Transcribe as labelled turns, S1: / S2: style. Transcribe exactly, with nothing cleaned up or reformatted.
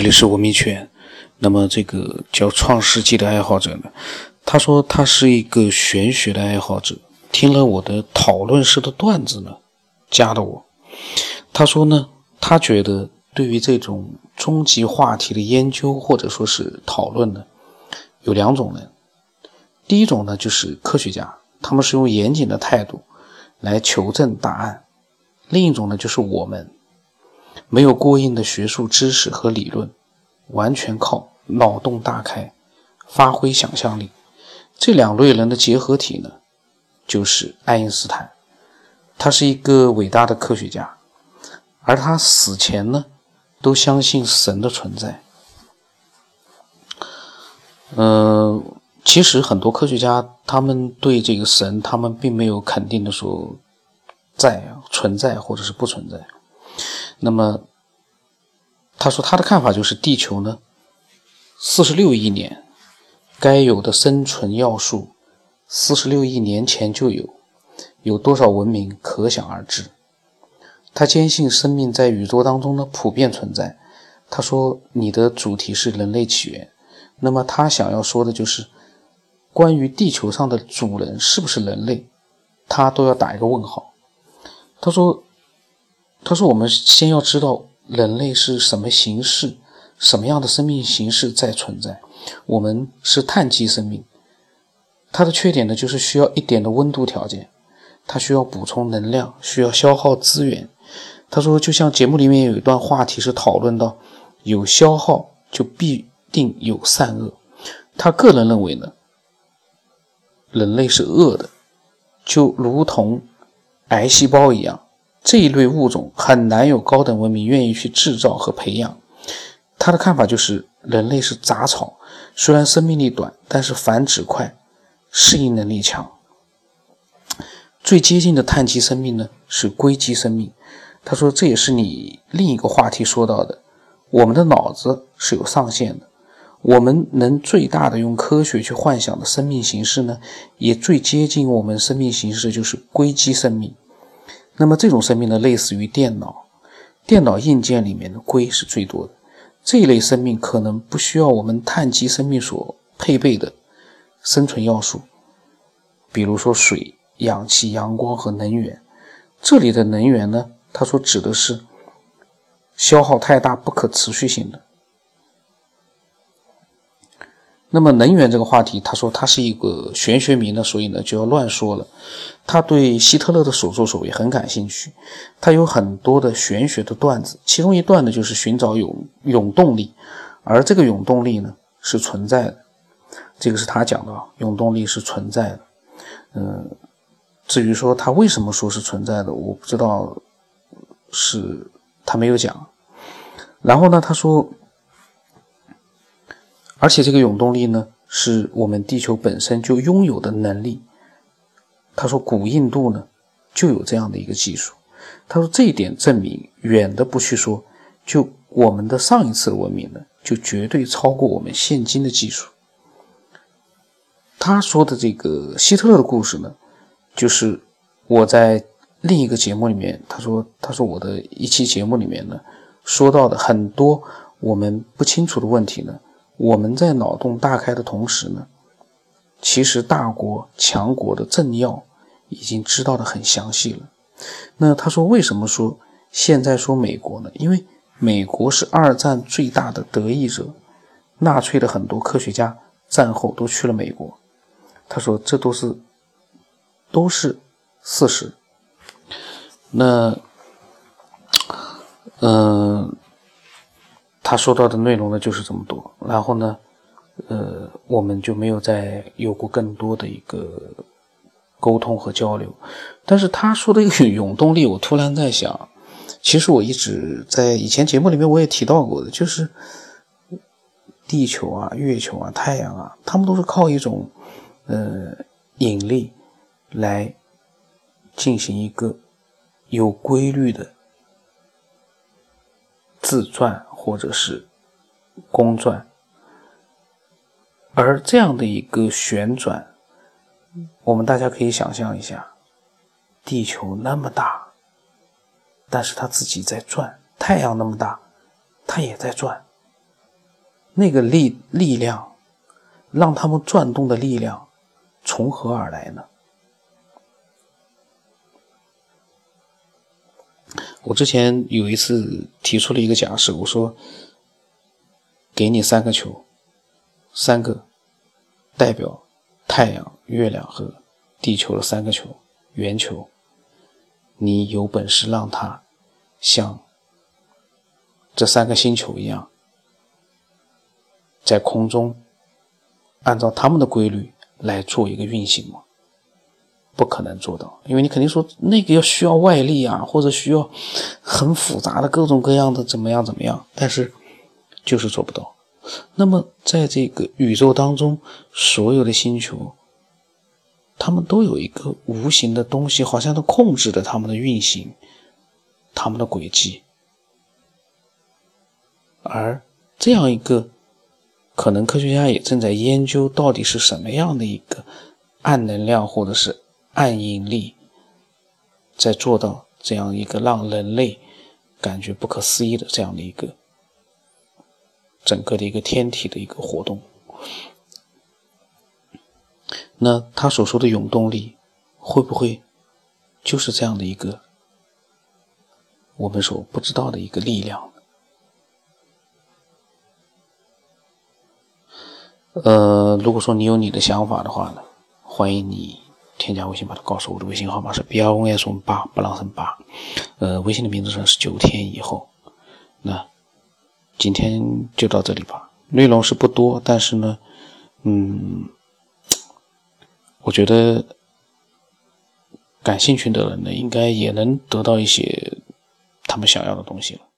S1: 这里是文明圈。那么这个叫创世纪的爱好者呢，他说他是一个玄学的爱好者，听了我的讨论式的段子呢，加了我。他说呢，他觉得对于这种终极话题的研究或者说是讨论呢，有两种人。第一种呢，就是科学家，他们是用严谨的态度来求证答案。另一种呢，就是我们没有过硬的学术知识和理论，完全靠脑洞大开，发挥想象力。这两类人的结合体呢，就是爱因斯坦。他是一个伟大的科学家，而他死前呢，都相信神的存在。呃，其实很多科学家，他们对这个神，他们并没有肯定的说在存在或者是不存在。那么他说他的看法就是地球呢四十六亿年该有的生存要素四十六亿年前就有，有多少文明可想而知。他坚信生命在宇宙当中呢普遍存在。他说你的主题是人类起源，那么他想要说的就是关于地球上的主人是不是人类，他都要打一个问号。他说他说我们先要知道人类是什么形式，什么样的生命形式在存在。我们是碳基生命，它的缺点呢就是需要一点的温度条件，它需要补充能量，需要消耗资源。他说就像节目里面有一段话题是讨论到有消耗就必定有善恶。他个人认为呢，人类是恶的，就如同癌细胞一样，这一类物种很难有高等文明愿意去制造和培养。他的看法就是人类是杂草，虽然生命力短，但是繁殖快，适应能力强。最接近的碳基生命呢是硅基生命。他说这也是你另一个话题说到的，我们的脑子是有上限的，我们能最大的用科学去幻想的生命形式呢，也最接近我们生命形式就是硅基生命。那么这种生命呢，类似于电脑，电脑硬件里面的硅是最多的。这一类生命可能不需要我们碳基生命所配备的生存要素，比如说水、氧气、阳光和能源。这里的能源呢，他说指的是消耗太大不可持续性的。那么能源这个话题，他说他是一个玄学迷呢，所以呢就要乱说了。他对希特勒的所作所为很感兴趣，他有很多的玄学的段子，其中一段呢就是寻找永永动力，而这个永动力呢是存在的，这个是他讲的，永动力是存在的。嗯，至于说他为什么说是存在的，我不知道，是他没有讲。然后呢，他说而且这个永动力呢是我们地球本身就拥有的能力。他说古印度呢就有这样的一个技术。他说这一点证明远的不去说，就我们的上一次文明呢就绝对超过我们现今的技术。他说的这个希特勒的故事呢，就是我在另一个节目里面，他说他说我的一期节目里面呢说到的很多我们不清楚的问题呢，我们在脑洞大开的同时呢，其实大国强国的政要已经知道的很详细了。那他说为什么说现在说美国呢？因为美国是二战最大的得益者，纳粹的很多科学家战后都去了美国。他说这都是都是事实。那嗯、呃他说到的内容呢就是这么多，然后呢呃，我们就没有再有过更多的一个沟通和交流。但是他说的一个永动力，我突然在想，其实我一直在以前节目里面我也提到过的，就是地球啊、月球啊、太阳啊，他们都是靠一种呃引力来进行一个有规律的自转或者是公转。而这样的一个旋转，我们大家可以想象一下，地球那么大，但是它自己在转，太阳那么大，它也在转。 那个力力量，让他们转动的力量从何而来呢？我之前有一次提出了一个假设，我说给你三个球，三个代表太阳、月亮和地球的三个球，圆球，你有本事让它像这三个星球一样在空中按照他们的规律来做一个运行吗？不可能做到，因为你肯定说那个要需要外力啊，或者需要很复杂的各种各样的怎么样怎么样，但是就是做不到。那么在这个宇宙当中，所有的星球他们都有一个无形的东西，好像都控制着他们的运行，他们的轨迹。而这样一个可能科学家也正在研究到底是什么样的一个暗能量或者是暗引力，在做到这样一个让人类感觉不可思议的这样的一个整个的一个天体的一个活动。那他所说的永动力会不会就是这样的一个我们所不知道的一个力量呢？呃，如果说你有你的想法的话呢，欢迎你添加微信把它告诉我，的微信号码是 B R O S 八布朗森八，呃，微信的名字上是九天以后。那今天就到这里吧，内容是不多，但是呢，嗯，我觉得感兴趣的人呢，应该也能得到一些他们想要的东西了。